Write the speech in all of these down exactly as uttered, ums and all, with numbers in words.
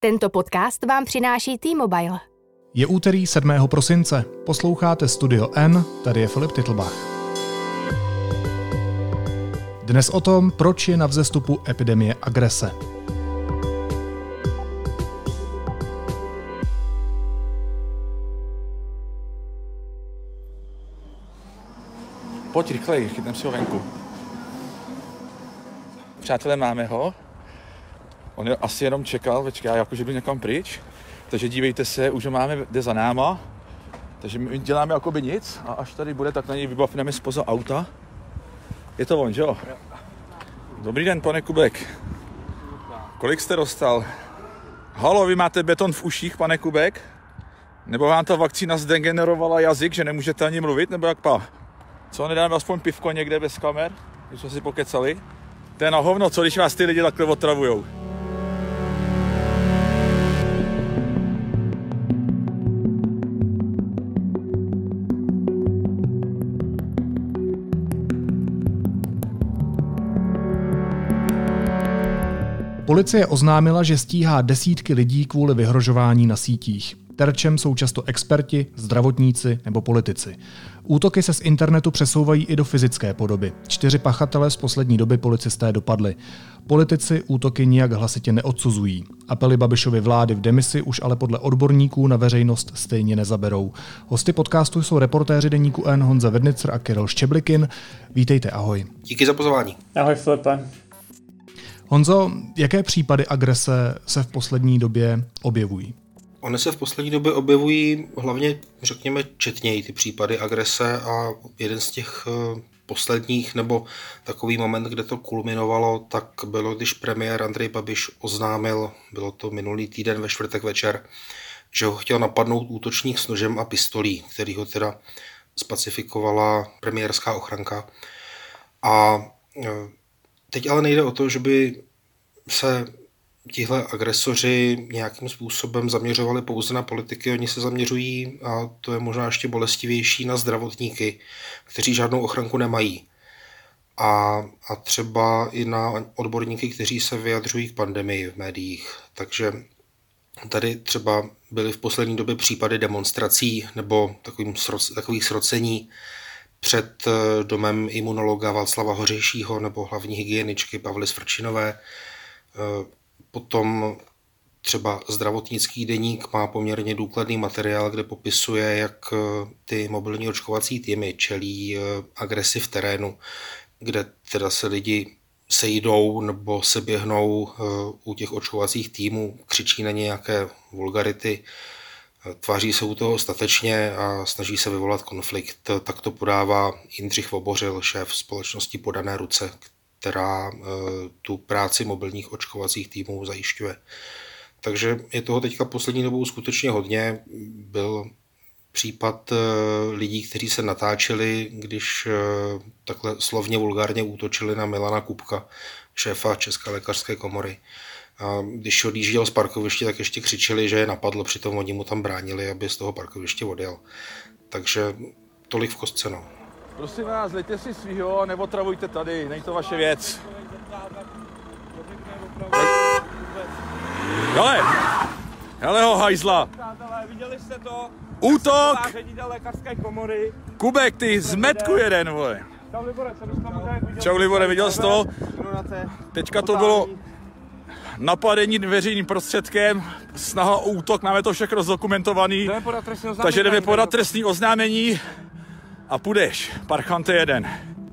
Tento podcast vám přináší T-Mobile. Je úterý sedmého prosince. Posloucháte Studio N, tady je Filip Titlbach. Dnes o tom, proč je na vzestupu epidemie agrese. Pojď rychleji, chytneme si ho venku. Přátelé, máme ho. On je asi jenom čekal, počkej, jakože byl někam pryč. Takže dívejte se, už ho máme, jde za náma. Takže my děláme jakoby nic a až tady bude, tak na něj vybavneme spoza auta. Je to on, že jo? Dobrý den, pane Kubek. Kolik jste dostal? Halo, vy máte beton v uších, pane Kubek? Nebo vám ta vakcína zdegenerovala jazyk, že nemůžete ani mluvit, nebo jak pa? Co, nedáme aspoň pivko někde bez kamer? Když jsme si pokecali? To je na hovno, co když vás ty lidi takhle otravujou? Policie oznámila, že stíhá desítky lidí kvůli vyhrožování na sítích. Terčem jsou často experti, zdravotníci nebo politici. Útoky se z internetu přesouvají i do fyzické podoby. Čtyři pachatele z poslední doby policisté dopadli. Politici útoky nijak hlasitě neodsuzují. Apely Babišovy vlády v demisi už ale podle odborníků na veřejnost stejně nezaberou. Hosty podcastu jsou reportéři deníku N Honza Vednicr a Kiril Ščeblikin. Vítejte, ahoj. Díky za pozvání. Ahoj Filipe. Honzo, jaké případy agrese se v poslední době objevují? Ony se v poslední době objevují hlavně, řekněme, četněji ty případy agrese a jeden z těch posledních, nebo takový moment, kde to kulminovalo, tak bylo, když premiér Andrej Babiš oznámil, bylo to minulý týden ve čtvrtek večer, že ho chtěl napadnout útočník s nožem a pistolí, který ho teda specifikovala premiérská ochranka. A teď ale nejde o to, že by se tihle agresoři nějakým způsobem zaměřovali pouze na politiky, oni se zaměřují, a to je možná ještě bolestivější, na zdravotníky, kteří žádnou ochranku nemají. A, a třeba i na odborníky, kteří se vyjadřují k pandemii v médiích. Takže tady třeba byly v poslední době případy demonstrací nebo takovým sroc, takových srocení před domem imunologa Václava Hořejšího nebo hlavní hygieničky Pavly Svrčinové. Potom třeba zdravotnický deník má poměrně důkladný materiál, kde popisuje, jak ty mobilní očkovací týmy čelí agresi v terénu, kde teda se lidi sejdou nebo se běhnou u těch očkovacích týmů, křičí na nějaké vulgarity, tváří se u toho statečně a snaží se vyvolat konflikt. Tak to podává Jindřich Vobořil, šéf společnosti Podané ruce, která tu práci mobilních očkovacích týmů zajišťuje. Takže je toho teďka poslední dobou skutečně hodně. Byl případ lidí, kteří se natáčeli, když takhle slovně vulgárně útočili na Milana Kubka, šéfa České lékařské komory. A když odjížděl z parkoviště, tak ještě křičeli, že je napadlo, přitom oni mu tam bránili, aby z toho parkoviště odjel. Takže tolik v kostce, no. Prosím vás, lejte si svýho a neotravujte tady, není to vaše věc. Hele, hele ho hajzla. Viděli jste to? Útok! Ředitel lékařské komory. Kubek, ty zmetku jeden, vole. Čau Libore, co bys tam viděl? Čau Libore, viděl jsi to? Teďka to bylo napadení veřejným prostředkem, snaha o útok, máme to všechno zdokumentovaný. Takže jdeme podat trestní oznámení. A půjdeš, parchante jeden.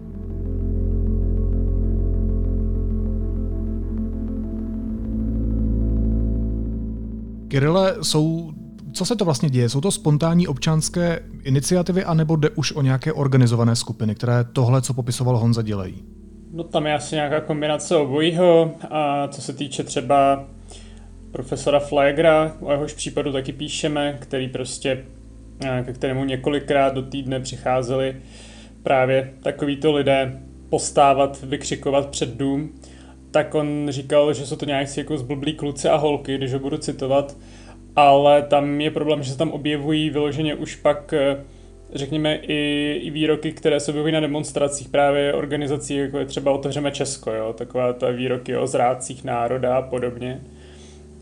Kirile, jsou, co se to vlastně děje? Jsou to spontánní občanské iniciativy, anebo jde už o nějaké organizované skupiny, které tohle, co popisoval Honza, dělají? No tam je asi nějaká kombinace obojího. A co se týče třeba profesora Flegra, o jehož případu taky píšeme, který prostě ke kterému několikrát do týdne přicházeli právě takovýto lidé postávat, vykřikovat před dům, tak on říkal, že jsou to nějaký jako zblblí kluci a holky, když ho budu citovat, ale tam je problém, že se tam objevují vyloženě už pak, řekněme, i, i výroky, které se objevují na demonstracích právě organizací, jako je třeba Otevřeme Česko, jo, taková ta výroky o zrádcích národa a podobně.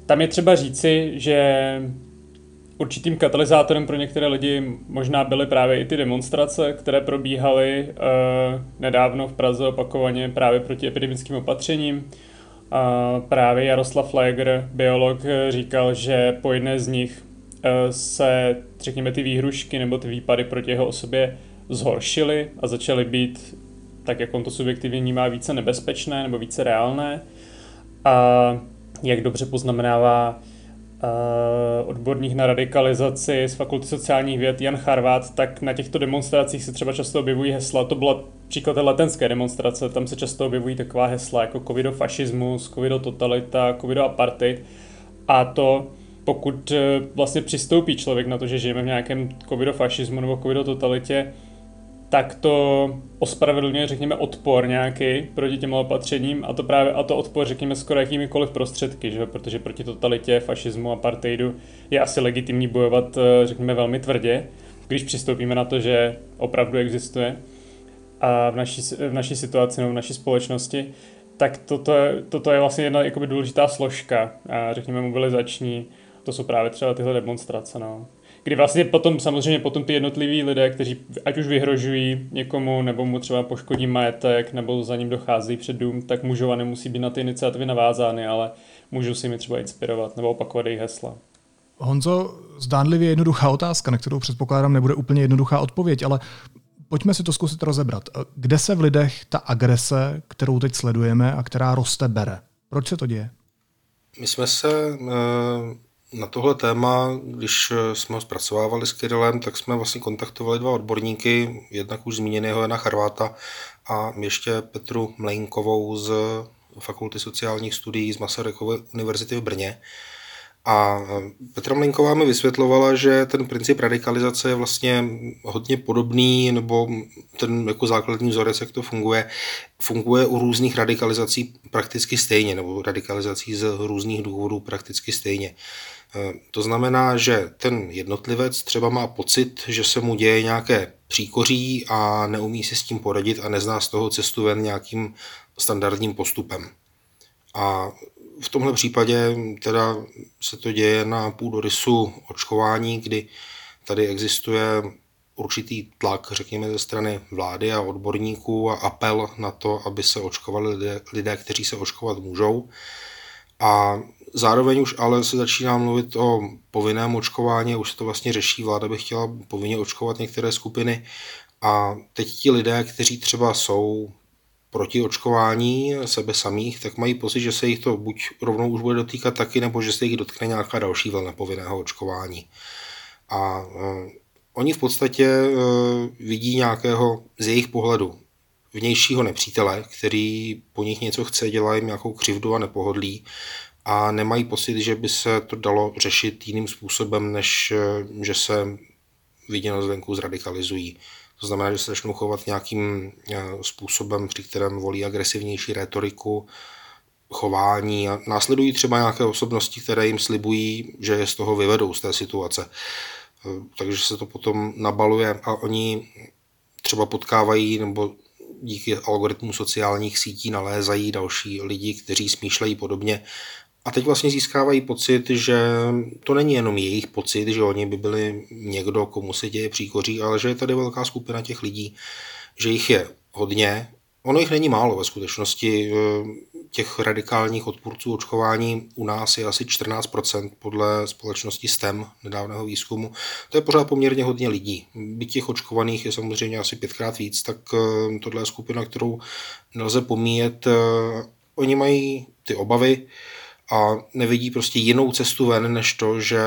tam je třeba říci, že určitým katalyzátorem pro některé lidi možná byly právě i ty demonstrace, které probíhaly uh, nedávno v Praze opakovaně právě proti epidemickým opatřením. Uh, právě Jaroslav Flegr, biolog, říkal, že po jedné z nich uh, se, řekněme, ty výhrušky nebo ty výpady proti jeho osobě zhoršily a začaly být, tak jak on to subjektivně vnímá, více nebezpečné nebo více reálné. A jak dobře poznamenává Uh, odborník na radikalizaci z Fakulty sociálních věd Jan Charvát, tak na těchto demonstracích se třeba často objevují hesla. To byla příklad té letenské demonstrace, tam se často objevují taková hesla jako covidofašismus, covidototalita, covidoapartheid. A to, pokud uh, vlastně přistoupí člověk na to, že žijeme v nějakém covidofašismu nebo covidototalitě, tak to ospravedlňuje, řekněme, odpor nějaký proti těm opatřením a to právě a to odpor, řekněme, skoro jakýmikoliv prostředky, že? Protože proti totalitě, fašismu, apartheidu je asi legitimní bojovat, řekněme, velmi tvrdě, když přistoupíme na to, že opravdu existuje a v naší, v naší situaci nebo v naší společnosti, tak toto je, toto je vlastně jedna jakoby důležitá složka, a řekněme, mobilizační, to jsou právě třeba tyhle demonstrace, no. Kdy vlastně potom, samozřejmě potom ty jednotliví lidé, kteří ať už vyhrožují někomu, nebo mu třeba poškodí majetek, nebo za ním docházejí před dům, tak můžou a nemusí být na ty iniciativy navázány, ale můžou si mi třeba inspirovat nebo opakovat jejich hesla. Honzo, zdánlivě jednoduchá otázka, na kterou předpokládám nebude úplně jednoduchá odpověď, ale pojďme si to zkusit rozebrat. Kde se v lidech ta agrese, kterou teď sledujeme a která roste, bere? Proč se to děje? My jsme se na tohle téma, když jsme ho zpracovávali s Kirillem, tak jsme vlastně kontaktovali dva odborníky, jednak už zmíněného Jana Charváta a ještě Petru Mlejnkovou z Fakulty sociálních studií z Masarykovy univerzity v Brně. A Petra Mlejnková mi vysvětlovala, že ten princip radikalizace je vlastně hodně podobný, nebo ten jako základní vzorec, jak to funguje, funguje u různých radikalizací prakticky stejně, nebo radikalizací z různých důvodů prakticky stejně. To znamená, že ten jednotlivec třeba má pocit, že se mu děje nějaké příkoří a neumí si s tím poradit a nezná z toho cestu ven nějakým standardním postupem. A v tomhle případě teda se to děje na půdorysu očkování, kdy tady existuje určitý tlak, řekněme, ze strany vlády a odborníků a apel na to, aby se očkovali lidé, lidé kteří se očkovat můžou. A zároveň už ale se začíná mluvit o povinném očkování, už se to vlastně řeší, vláda by chtěla povinně očkovat některé skupiny a teď ti lidé, kteří třeba jsou proti očkování sebe samých, tak mají pocit, že se jich to buď rovnou už bude dotýkat taky, nebo že se jich dotkne nějaká další vlna povinného očkování. A uh, oni v podstatě uh, vidí nějakého z jejich pohledu vnějšího nepřítele, který po nich něco chce, dělá jim nějakou křivdu a nepohodlí a nemají pocit, že by se to dalo řešit jiným způsobem, než uh, že se viděno zvenku zradikalizují. To znamená, že se začnou chovat nějakým způsobem, při kterém volí agresivnější rétoriku, chování a následují třeba nějaké osobnosti, které jim slibují, že je z toho vyvedou z té situace. Takže se to potom nabaluje a oni třeba potkávají nebo díky algoritmu sociálních sítí nalézají další lidi, kteří smýšlejí podobně. A teď vlastně získávají pocit, že to není jenom jejich pocit, že oni by byli někdo, komu se děje příkoří, ale že je tady velká skupina těch lidí, že jich je hodně. Ono jich není málo ve skutečnosti. Těch radikálních odpůrců očkování u nás je asi čtrnáct procent podle společnosti S T E M, nedávného výzkumu. To je pořád poměrně hodně lidí. Byť těch očkovaných je samozřejmě asi pětkrát víc, tak tohle je skupina, kterou nelze pomíjet. Oni mají ty obavy a nevidí prostě jinou cestu ven, než to, že,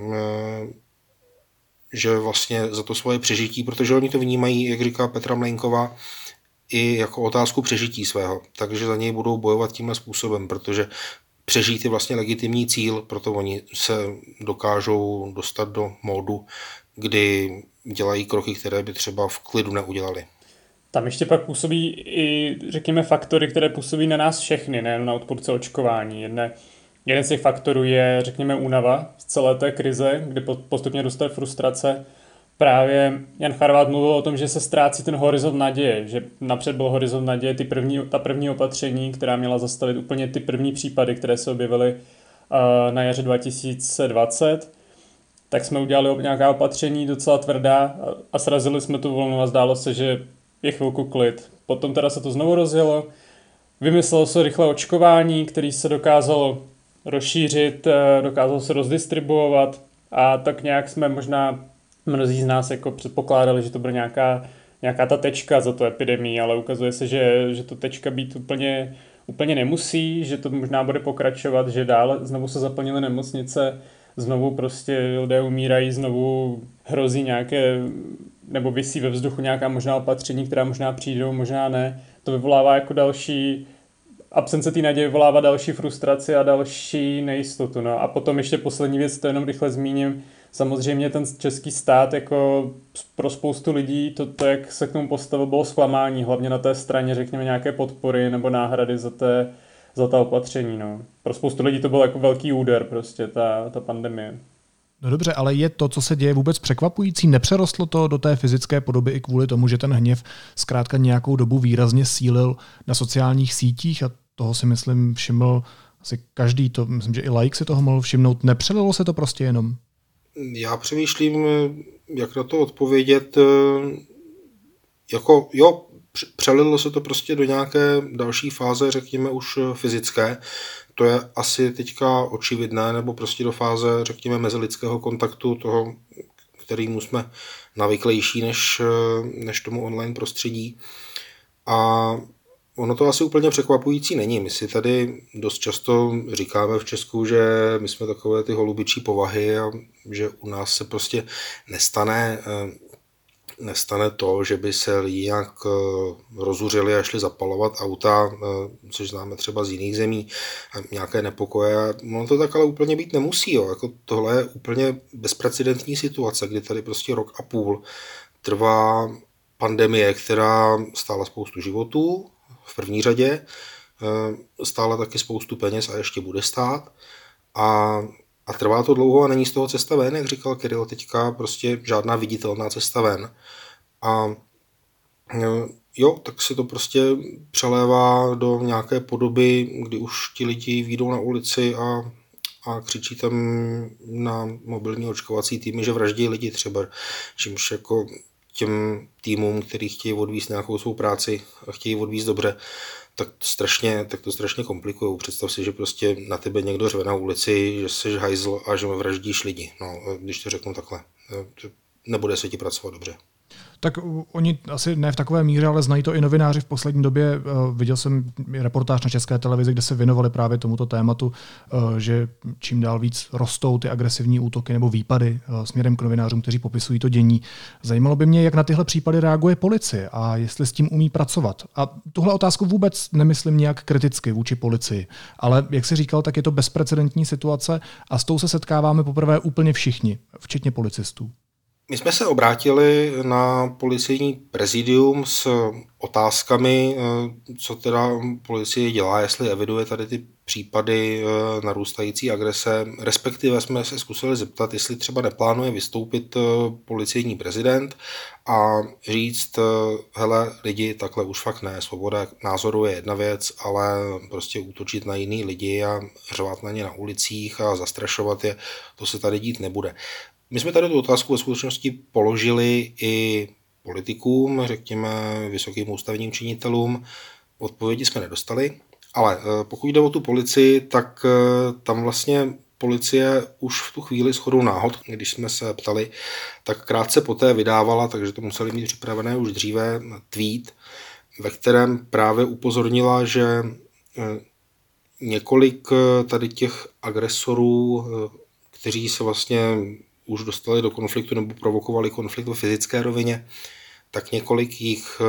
že vlastně za to svoje přežití, protože oni to vnímají, jak říká Petra Mlejnková, i jako otázku přežití svého. Takže za něj budou bojovat tímhle způsobem, protože přežít je vlastně legitimní cíl, proto oni se dokážou dostat do módu, kdy dělají kroky, které by třeba v klidu neudělali. Tam ještě pak působí i, řekněme, faktory, které působí na nás všechny, nejen na odpůrce očkování. Jedne, jeden z těch faktorů je, řekněme, únava z celé té krize, kdy postupně roste frustrace. Právě Jan Charvát mluvil o tom, že se ztrácí ten horizont naděje, že napřed byl horizont naděje, ty první, ta první opatření, která měla zastavit úplně ty první případy, které se objevily na jaře dva tisíce dvacet, tak jsme udělali nějaká opatření docela tvrdá a srazili jsme tu vlnu a zdálo se, že je chvilku klid. Potom teda se to znovu rozjelo, vymyslelo se rychle očkování, který se dokázalo rozšířit, dokázalo se rozdistribuovat a tak nějak jsme možná mnozí z nás jako předpokládali, že to bude nějaká, nějaká ta tečka za tu epidemii, ale ukazuje se, že, že to tečka být úplně, úplně nemusí, že to možná bude pokračovat, že dále znovu se zaplnily nemocnice, znovu prostě lidé umírají, znovu hrozí nějaké, nebo visí ve vzduchu nějaká možná opatření, která možná přijdou, možná ne. To vyvolává jako další, absence té naděje vyvolává další frustraci a další nejistotu. No. A potom ještě poslední věc, to jenom rychle zmíním, samozřejmě ten český stát jako pro spoustu lidí, to, to jak se k tomu postavil, bylo zklamání, hlavně na té straně, řekněme, nějaké podpory nebo náhrady za, té, za ta opatření. No. Pro spoustu lidí to byl jako velký úder prostě, ta, ta pandemie. No dobře, ale je to, co se děje, vůbec překvapující? Nepřerostlo to do té fyzické podoby i kvůli tomu, že ten hněv zkrátka nějakou dobu výrazně sílil na sociálních sítích a toho si myslím všiml asi každý, to myslím, že i laik si toho mohl všimnout. Nepřelilo se to prostě jenom? Já přemýšlím, jak na to odpovědět. Jako jo, přelilo se to prostě do nějaké další fáze, řekněme už fyzické. To je asi teďka očividné, nebo prostě do fáze, řekněme, mezilidského kontaktu, toho, kterýmu jsme navyklejší než, než tomu online prostředí. A ono to asi úplně překvapující není. My si tady dost často říkáme v Česku, že my jsme takové ty holubičí povahy a že u nás se prostě nestane, nestane to, že by se lidi nějak rozuřili a šli zapalovat auta, což známe třeba z jiných zemí, a nějaké nepokoje. Ono to tak ale úplně být nemusí. Jo. Jako tohle je úplně bezprecedentní situace, kdy tady prostě rok a půl trvá pandemie, která stála spoustu životů, v první řadě, stála taky spoustu peněz a ještě bude stát. A, a trvá to dlouho a není z toho cesta ven, jak říkal Kirill teďka, prostě žádná viditelná cesta ven. A jo, tak se to prostě přelévá do nějaké podoby, kdy už ti lidi vyjdou na ulici a, a křičí tam na mobilní očkovací týmy, že vraždí lidi třeba, čímž jako těm týmům, který chtějí odvízt nějakou svou práci a chtějí odvízt dobře, tak to strašně, tak to strašně komplikují. Představ si, že prostě na tebe někdo řve na ulici, že jsi hajzl a že vraždíš lidi. No, když to řeknu takhle, nebude se ti pracovat dobře. Tak oni asi ne v takové míře, ale znají to i novináři v poslední době. Viděl jsem reportáž na České televizi, kde se věnovali právě tomuto tématu, že čím dál víc rostou ty agresivní útoky nebo výpady směrem k novinářům, kteří popisují to dění. Zajímalo by mě, jak na tyhle případy reaguje policie a jestli s tím umí pracovat. A tuhle otázku vůbec nemyslím nějak kriticky vůči policii, ale jak jsi říkal, tak je to bezprecedentní situace a s tou se setkáváme poprvé úplně všichni, včetně policistů. My jsme se obrátili na policejní prezidium s otázkami, co teda policie dělá, jestli eviduje tady ty případy narůstající agrese, respektive jsme se zkusili zeptat, jestli třeba neplánuje vystoupit policejní prezident a říct, hele lidi, takhle už fakt ne, svoboda názoru je jedna věc, ale prostě útočit na jiný lidi a řvát na ně na ulicích a zastrašovat je, to se tady dít nebude. My jsme tady tu otázku ve skutečnosti položili i politikům, řekněme vysokým ústavním činitelům. Odpovědi jsme nedostali, ale pokud jde o tu policii, tak tam vlastně policie už v tu chvíli shodou náhod, když jsme se ptali, tak krátce poté vydávala, takže to museli mít připravené už dříve, tweet, ve kterém právě upozornila, že několik tady těch agresorů, kteří se vlastně už dostali do konfliktu nebo provokovali konflikt ve fyzické rovině, tak několik jich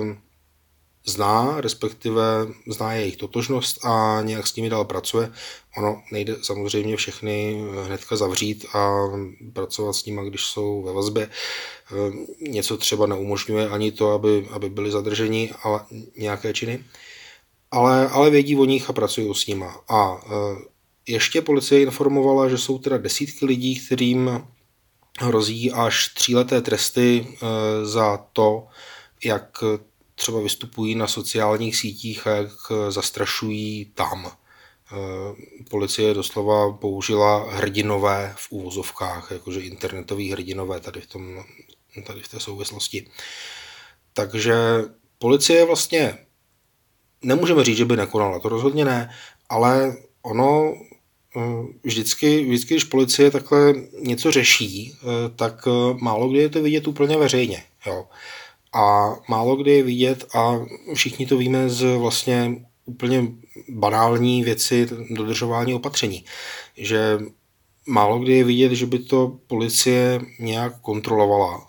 zná, respektive zná jejich totožnost a nějak s nimi dál pracuje. Ono nejde samozřejmě všechny hnedka zavřít a pracovat s nimi, když jsou ve vazbě. Něco třeba neumožňuje ani to, aby, aby byli zadrženi, ale nějaké činy. Ale, ale vědí o nich a pracují s nima. A ještě policie informovala, že jsou teda desítky lidí, kterým hrozí až tříleté tresty za to, jak třeba vystupují na sociálních sítích a jak zastrašují tam. Policie doslova použila hrdinové v úvozovkách, jakože internetoví hrdinové tady v, tom, tady v té souvislosti. Takže policie vlastně, nemůžeme říct, že by nekonala, to rozhodně ne, ale ono vždycky, vždycky, když policie takhle něco řeší, tak málo kdy je to vidět úplně veřejně. Jo. A málo kdy je vidět, a všichni to víme z vlastně úplně banální věci dodržování opatření, že málo kdy je vidět, že by to policie nějak kontrolovala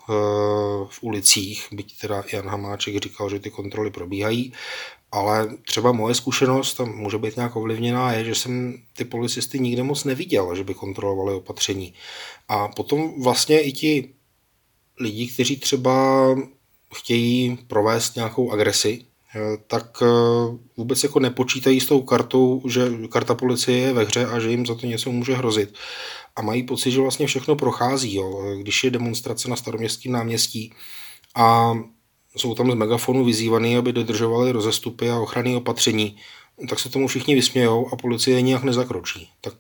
v ulicích, byť teda Jan Hamáček říkal, že ty kontroly probíhají, ale třeba moje zkušenost, tam může být nějak ovlivněná, je, že jsem ty policisty nikde moc neviděl, že by kontrolovali opatření. A potom vlastně i ti lidi, kteří třeba chtějí provést nějakou agresi, tak vůbec jako nepočítají s tou kartou, že karta policie je ve hře a že jim za to něco může hrozit. A mají pocit, že vlastně všechno prochází. Jo. Když je demonstrace na Staroměstském náměstí a jsou tam z megafonu vyzývaný, aby dodržovali rozestupy a ochranné opatření, tak se tomu všichni vysmějou a policie nijak nezakročí. Tak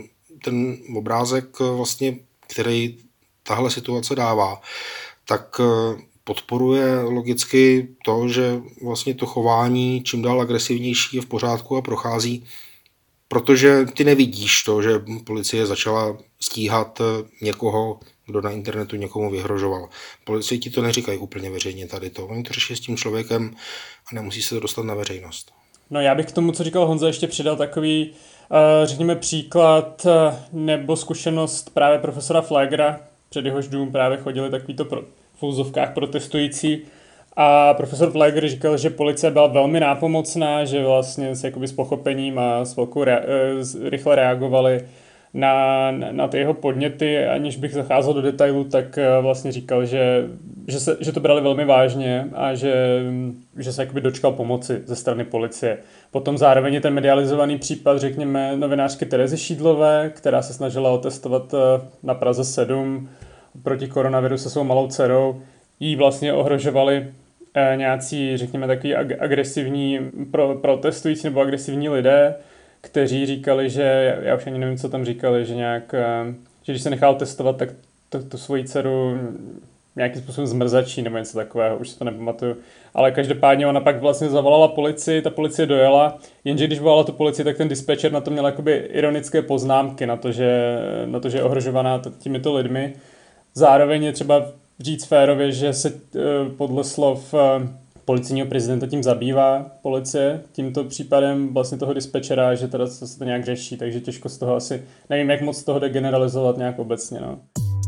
ten obrázek, vlastně, který tahle situace dává, tak podporuje logicky to, že vlastně to chování čím dál agresivnější je v pořádku a prochází, protože ty nevidíš to, že policie začala stíhat někoho, kdo na internetu někomu vyhrožoval. Policie ti to neříkají úplně veřejně tady to. Oni to řeší s tím člověkem a nemusí se to dostat na veřejnost. No já bych k tomu, co říkal Honza, ještě přidal takový, řekněme, příklad nebo zkušenost právě profesora Flegra, před jehož dům právě chodili takovýto pro, v úzovkách protestující. A profesor Flegr říkal, že policie byla velmi nápomocná, že vlastně s, jakoby, s pochopením a s velkou rea- rychle reagovali na, na ty jeho podněty, aniž bych zacházel do detailu, tak vlastně říkal, že, že, se, že to brali velmi vážně a že, že se jakoby dočkal pomoci ze strany policie. Potom zároveň je ten medializovaný případ, řekněme, novinářky Terezy Šídlové, která se snažila otestovat na Praze sedm proti koronaviru se svou malou dcerou. Jí vlastně ohrožovali nějací, řekněme, takový agresivní pro, protestující nebo agresivní lidé, kteří říkali, že, já už ani nevím, co tam říkali, že nějak, že když se nechal testovat, tak to, tu svoji dceru nějakým způsobem zmrzačí nebo něco takového, už si to nepamatuju. Ale každopádně ona pak vlastně zavolala policii, ta policie dojela, jenže když volala tu policii, tak ten dispečer na to měl jakoby ironické poznámky na to, že, na to, že je ohrožovaná těmito lidmi. Zároveň je třeba říct férově, že se podle slov policejního prezidenta tím zabývá policie, tímto případem vlastně toho dispečera, že teda se to nějak řeší, takže těžko z toho asi, nevím, jak moc z toho degeneralizovat nějak obecně, no.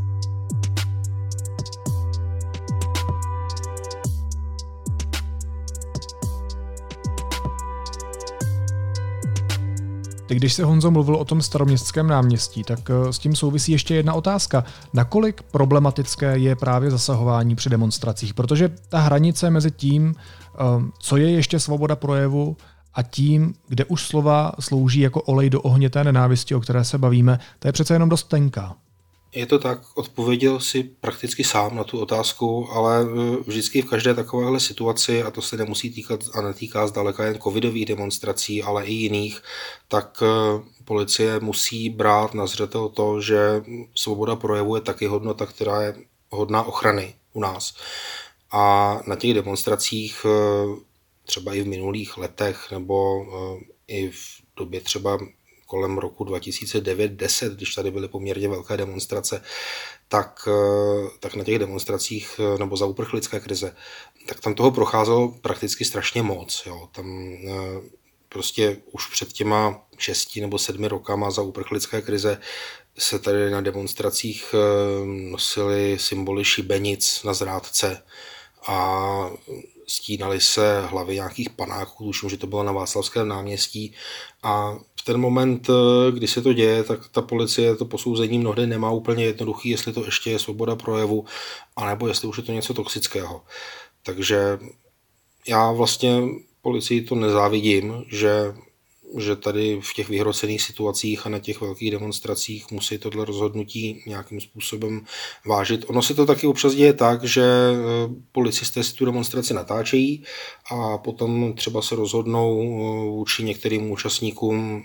Ty, když se Honzo mluvil o tom Staroměstském náměstí, tak s tím souvisí ještě jedna otázka. Nakolik problematické je právě zasahování při demonstracích? Protože ta hranice mezi tím, co je ještě svoboda projevu, a tím, kde už slova slouží jako olej do ohně té nenávisti, o které se bavíme, to je přece jenom dost tenká. Je to tak, odpověděl si prakticky sám na tu otázku, ale vždycky v každé takovéhle situaci, a to se nemusí týkat a netýká zdaleka jen covidových demonstrací, ale i jiných, tak policie musí brát na zřetel to, že svoboda projevu je taky hodnota, která je hodná ochrany u nás. A na těch demonstracích třeba i v minulých letech nebo i v době třeba kolem roku dva tisíce devět deset, když tady byly poměrně velké demonstrace, tak, tak na těch demonstracích nebo za uprchlické krize, tak tam toho procházelo prakticky strašně moc. Jo. Tam prostě už před těma šesti nebo sedmi rokama za uprchlické krize se tady na demonstracích nosily symboly šibenic na zrádce a stínaly se hlavy nějakých panáků, tuším, že to bylo na Václavském náměstí, a v ten moment, kdy se to děje, tak ta policie to posouzení mnohdy nemá úplně jednoduchý, jestli to ještě je svoboda projevu, anebo jestli už je to něco toxického. Takže já vlastně policii to nezávidím, že, že tady v těch vyhrocených situacích a na těch velkých demonstracích musí tohle rozhodnutí nějakým způsobem vážit. Ono se to taky občas děje tak, že policisté si tu demonstraci natáčejí a potom třeba se rozhodnou vůči některým účastníkům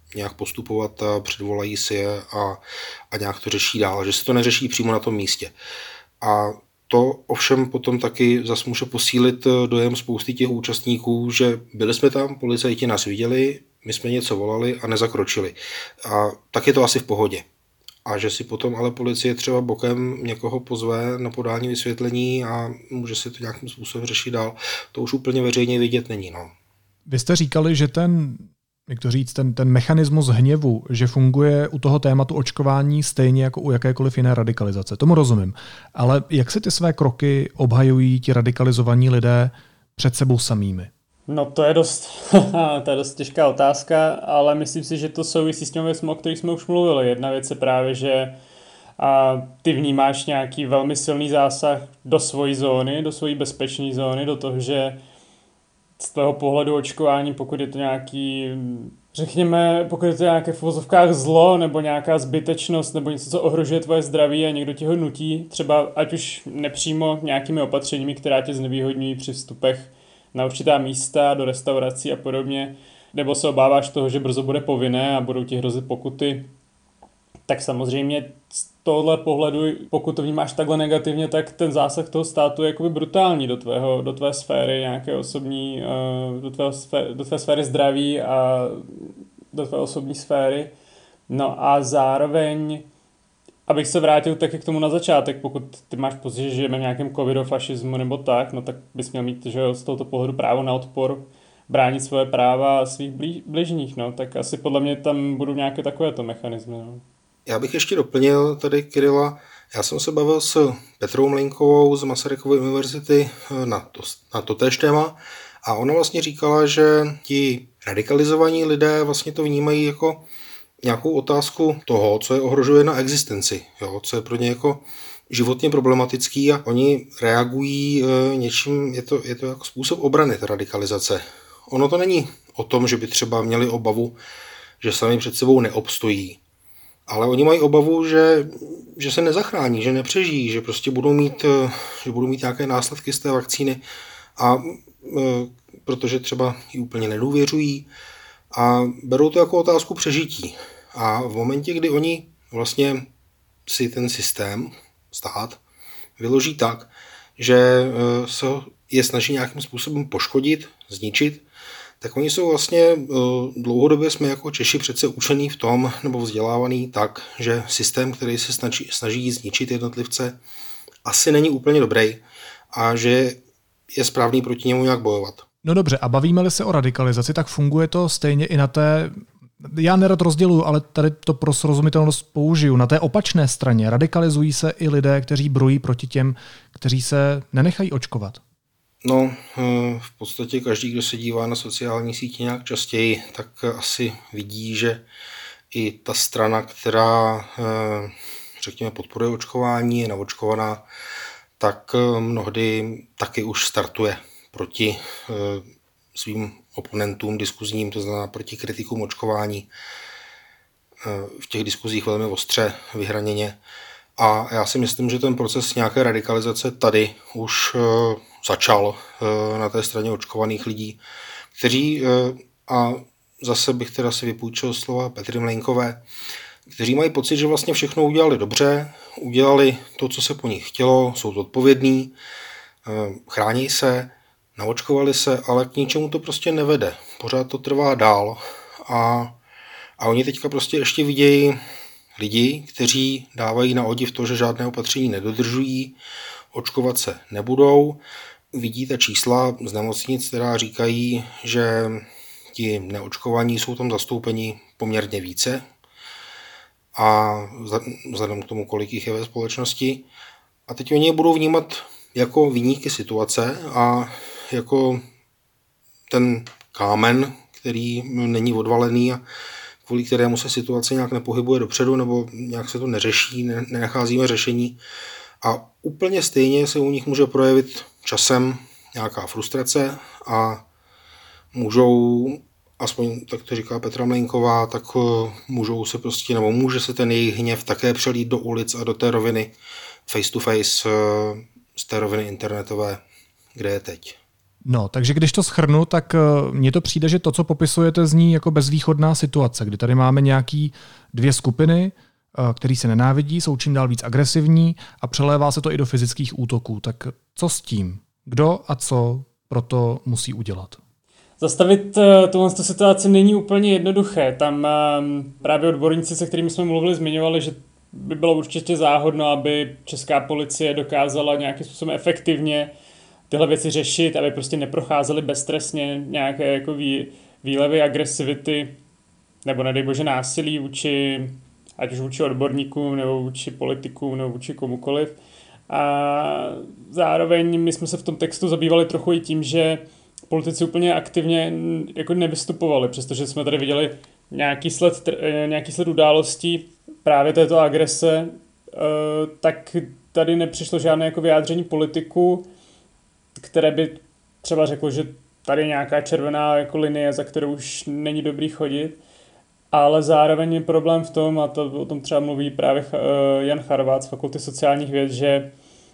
nějak postupovat a předvolají si je a, a nějak to řeší dál, že se to neřeší přímo na tom místě. A to ovšem potom taky zase může posílit dojem spousty těch účastníků, že byli jsme tam, policajti nás viděli, my jsme něco volali a nezakročili. A tak je to asi v pohodě. A že si potom ale policie třeba bokem někoho pozve na podání vysvětlení a může si to nějakým způsobem řešit dál, to už úplně veřejně vidět není. No. Vy jste říkali, že ten, jak to říct, ten, ten mechanismus hněvu, že funguje u toho tématu očkování stejně jako u jakékoliv jiné radikalizace. Tomu rozumím. Ale jak se ty své kroky obhajují ti radikalizovaní lidé před sebou samými? No to je dost, to je dost těžká otázka, ale myslím si, že to souvisí s těmi věcmi, o kterých jsme už mluvili. Jedna věc je právě, že a ty vnímáš nějaký velmi silný zásah do svojí zóny, do svojí bezpečné zóny, do toho, že z tvého pohledu očkování, pokud je to nějaký, řekněme, pokud je to nějaké v uvozovkách zlo, nebo nějaká zbytečnost, nebo něco, co ohrožuje tvoje zdraví a někdo ti ho nutí, třeba ať už nepřímo nějakými opatřeními, která tě znevýhodňují při vstupech na určitá místa, do restaurací a podobně, nebo se obáváš toho, že brzo bude povinné a budou ti hrozit pokuty, tak samozřejmě z tohohle pohledu, pokud to vnímáš takhle negativně, tak ten zásah toho státu je jakoby brutální do, tvého, do tvé sféry nějaké osobní, do tvé, sféry, do tvé sféry zdraví a do tvé osobní sféry. No a zároveň, abych se vrátil taky k tomu na začátek, pokud ty máš pocit, že žijeme v nějakém covidofašismu nebo tak, no tak bys měl mít, že z tohoto pohledu právo na odpor, bránit svoje práva a svých blí, bližních, no, tak asi podle mě tam budou nějaké takovéto mechanismy, no. Já bych ještě doplnil tady Kyrila. Já jsem se bavil s Petrou Mlejnkovou z Masarykovy univerzity na to, na to též téma a ona vlastně říkala, že ti radikalizovaní lidé vlastně to vnímají jako nějakou otázku toho, co je ohrožuje na existenci, jo, co je pro ně jako životně problematický a oni reagují e, něčím, je to, je to jako způsob obrany, ta radikalizace. Ono to není o tom, že by třeba měli obavu, že sami před sebou neobstojí, ale oni mají obavu, že, že se nezachrání, že nepřežijí, že prostě budou mít, že budou mít nějaké následky z té vakcíny a e, protože třeba ji úplně nedůvěřují a berou to jako otázku přežití. A v momentě, kdy oni vlastně si ten systém, stát, vyloží tak, že se je snaží nějakým způsobem poškodit, zničit, tak oni jsou vlastně dlouhodobě jsme jako Češi přece učení v tom, nebo vzdělávaný tak, že systém, který se snaží, snaží zničit jednotlivce, asi není úplně dobrý a že je správný proti němu nějak bojovat. No dobře, a bavíme-li se o radikalizaci, tak funguje to stejně i na té, já nerad rozděluju, ale tady to pro srozumitelnost použiju, na té opačné straně. Radikalizují se i lidé, kteří brojí proti těm, kteří se nenechají očkovat. No, v podstatě každý, kdo se dívá na sociální sítě nějak častěji, tak asi vidí, že i ta strana, která, řekněme, podporuje očkování, je naočkovaná, tak mnohdy taky už startuje proti svým oponentům diskuzním, to znamená proti kritikům očkování. V těch diskuzích velmi ostře, vyhraněně. A já si myslím, že ten proces nějaké radikalizace tady už začal na té straně očkovaných lidí, kteří, a zase bych teda si vypůjčil slova Petry Mlejnkové, kteří mají pocit, že vlastně všechno udělali dobře, udělali to, co se po nich chtělo, jsou zodpovědní, chrání se, naočkovali se, ale k ničemu to prostě nevede. Pořád to trvá dál a, a oni teďka prostě ještě vidějí lidi, kteří dávají na odiv to, že žádné opatření nedodržují, očkovat se nebudou. Vidí ta čísla z nemocnic, která říkají, že ti neočkovaní jsou tam zastoupeni poměrně více a vzhledem k tomu, kolik jich je ve společnosti. A teď oni je budou vnímat jako viníky situace a jako ten kámen, který není odvalený a kvůli kterému se situace nějak nepohybuje dopředu nebo nějak se to neřeší, ne, nenacházíme řešení. A úplně stejně se u nich může projevit časem nějaká frustrace a můžou, aspoň tak to říká Petra Mlejnková, tak můžou se prostě, nebo může se ten jejich hněv také přelít do ulic a do té roviny face to face, z té roviny internetové, kde je teď. No, takže když to shrnu, tak mně to přijde, že to, co popisujete, zní jako bezvýchodná situace, kdy tady máme nějaký dvě skupiny, který se nenávidí, jsou čím dál víc agresivní a přelévá se to i do fyzických útoků. Tak co s tím? Kdo a co proto musí udělat? Zastavit tuhle situaci není úplně jednoduché. Tam právě odborníci, se kterými jsme mluvili, zmiňovali, že by bylo určitě záhodno, aby česká policie dokázala nějakým způsobem efektivně tyhle věci řešit, aby prostě neprocházely beztrestně nějaké jako vý, výlevy agresivity nebo nedej bože násilí vůči, ať už vůči odborníkům, nebo vůči politikům, nebo vůči komukoliv. A zároveň my jsme se v tom textu zabývali trochu i tím, že politici úplně aktivně jako nevystupovali, přestože jsme tady viděli nějaký sled, nějaký sled událostí právě této agrese, tak tady nepřišlo žádné jako vyjádření politiků, které by třeba řeklo, že tady je nějaká červená jako linie, za kterou už není dobrý chodit, ale zároveň je problém v tom, a to o tom třeba mluví právě Jan Charvát z Fakulty sociálních věd, že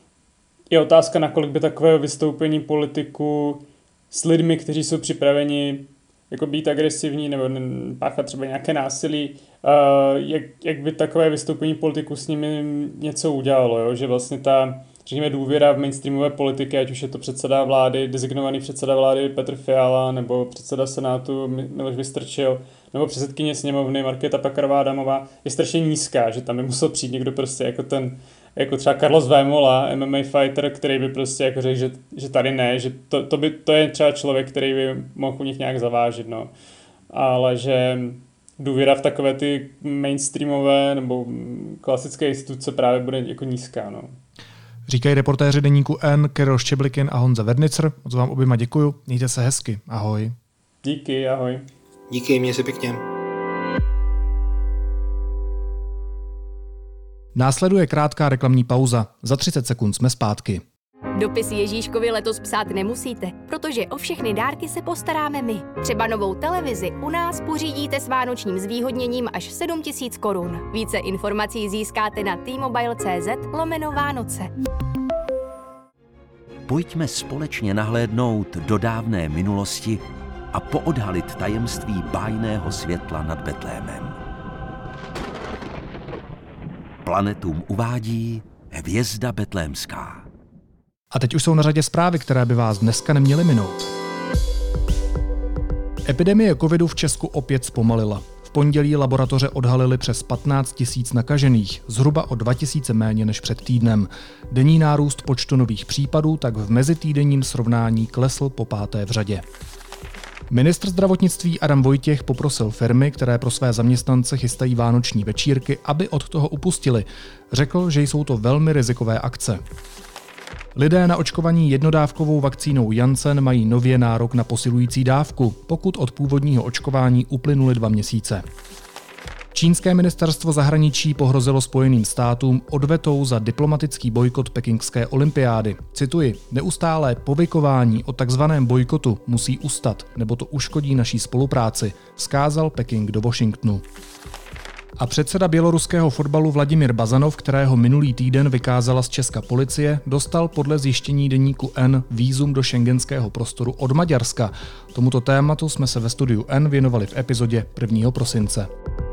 je otázka, nakolik by takové vystoupení politiků s lidmi, kteří jsou připraveni jako být agresivní nebo páchat třeba nějaké násilí, jak, jak by takové vystoupení politiků s nimi něco udělalo, jo? Že vlastně ta, řekněme, důvěra v mainstreamové politiky, ať už je to předseda vlády, designovaný předseda vlády Petr Fiala, nebo předseda Senátu Miloš Vystrčil, nebo předsedkyně sněmovny Markéta Pekarová Adamová, je strašně nízká, že tam by musel přijít někdo prostě jako ten, jako třeba Carlos Vémola, M M A fighter, který by prostě jako řekl, že, že tady ne, že to, to, by, to je třeba člověk, který by mohl u nich nějak zavážit, no. Ale že důvěra v takové ty mainstreamové nebo klasické instituce právě bude jako nízká, no. Říkají reportéři deníku N, Karel Ščeblikin a Honza Wernitzer. Moc vám oběma děkuju. Mějte se hezky. Ahoj. Díky, ahoj. Díky, měj se pěkně. Následuje krátká reklamní pauza. Za třicet sekund jsme zpátky. Dopis Ježíškovi letos psát nemusíte, protože o všechny dárky se postaráme my. Třeba novou televizi u nás pořídíte s vánočním zvýhodněním až sedm tisíc korun. Více informací získáte na t-mobile.cz lomeno Vánoce. Pojďme společně nahlédnout do dávné minulosti a poodhalit tajemství bájného světla nad Betlémem. Planetum uvádí Hvězda betlémská. A teď už jsou na řadě zprávy, které by vás dneska neměly minout. Epidemie covidu v Česku opět zpomalila. V pondělí laboratoře odhalily přes patnáct tisíc nakažených, zhruba o dva tisíce méně než před týdnem. Denní nárůst počtu nových případů tak v mezitýdenním srovnání klesl po páté v řadě. Ministr zdravotnictví Adam Vojtěch poprosil firmy, které pro své zaměstnance chystají vánoční večírky, aby od toho upustili. Řekl, že jsou to velmi rizikové akce. Lidé naočkovaní jednodávkovou vakcínou Janssen mají nově nárok na posilující dávku, pokud od původního očkování uplynuly dva měsíce. Čínské ministerstvo zahraničí pohrozilo Spojeným státům odvetou za diplomatický bojkot pekingské olympiády. Cituji, neustálé povykování o takzvaném bojkotu musí ustat, nebo to uškodí naší spolupráci, vzkázal Peking do Washingtonu. A předseda běloruského fotbalu Vladimír Bazanov, kterého minulý týden vykázala z Česka policie, dostal podle zjištění deníku N vízum do schengenského prostoru od Maďarska. Tomuto tématu jsme se ve studiu N věnovali v epizodě prvního prosince.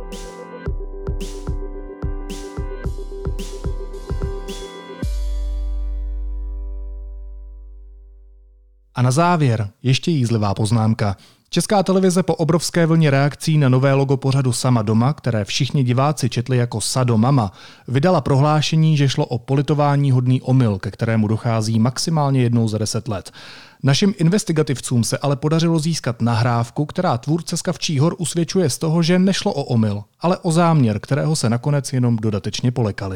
A na závěr ještě jízlivá poznámka. Česká televize po obrovské vlně reakcí na nové logo pořadu Sama doma, které všichni diváci četli jako Sado Mama, vydala prohlášení, že šlo o politování hodný omyl, ke kterému dochází maximálně jednou za deset let. Našim investigativcům se ale podařilo získat nahrávku, která tvůrce z Kavčích hor usvědčuje z toho, že nešlo o omyl, ale o záměr, kterého se nakonec jenom dodatečně polekali.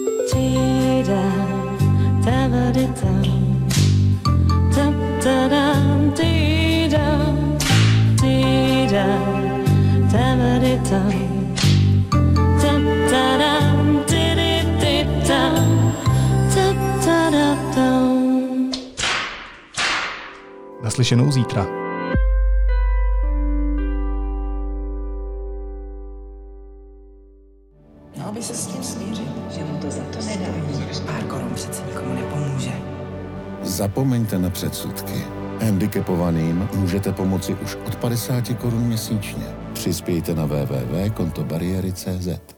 Naslyšenou zítra. Měl by se s tím smířit, že mu to za to nedá. Pár korun přece nikomu nepomůže. Zapomeňte na předsudky. Handicapovaným můžete pomoci už od padesát korun měsíčně. Přispějte na w w w tečka konto bariéry tečka cé zet.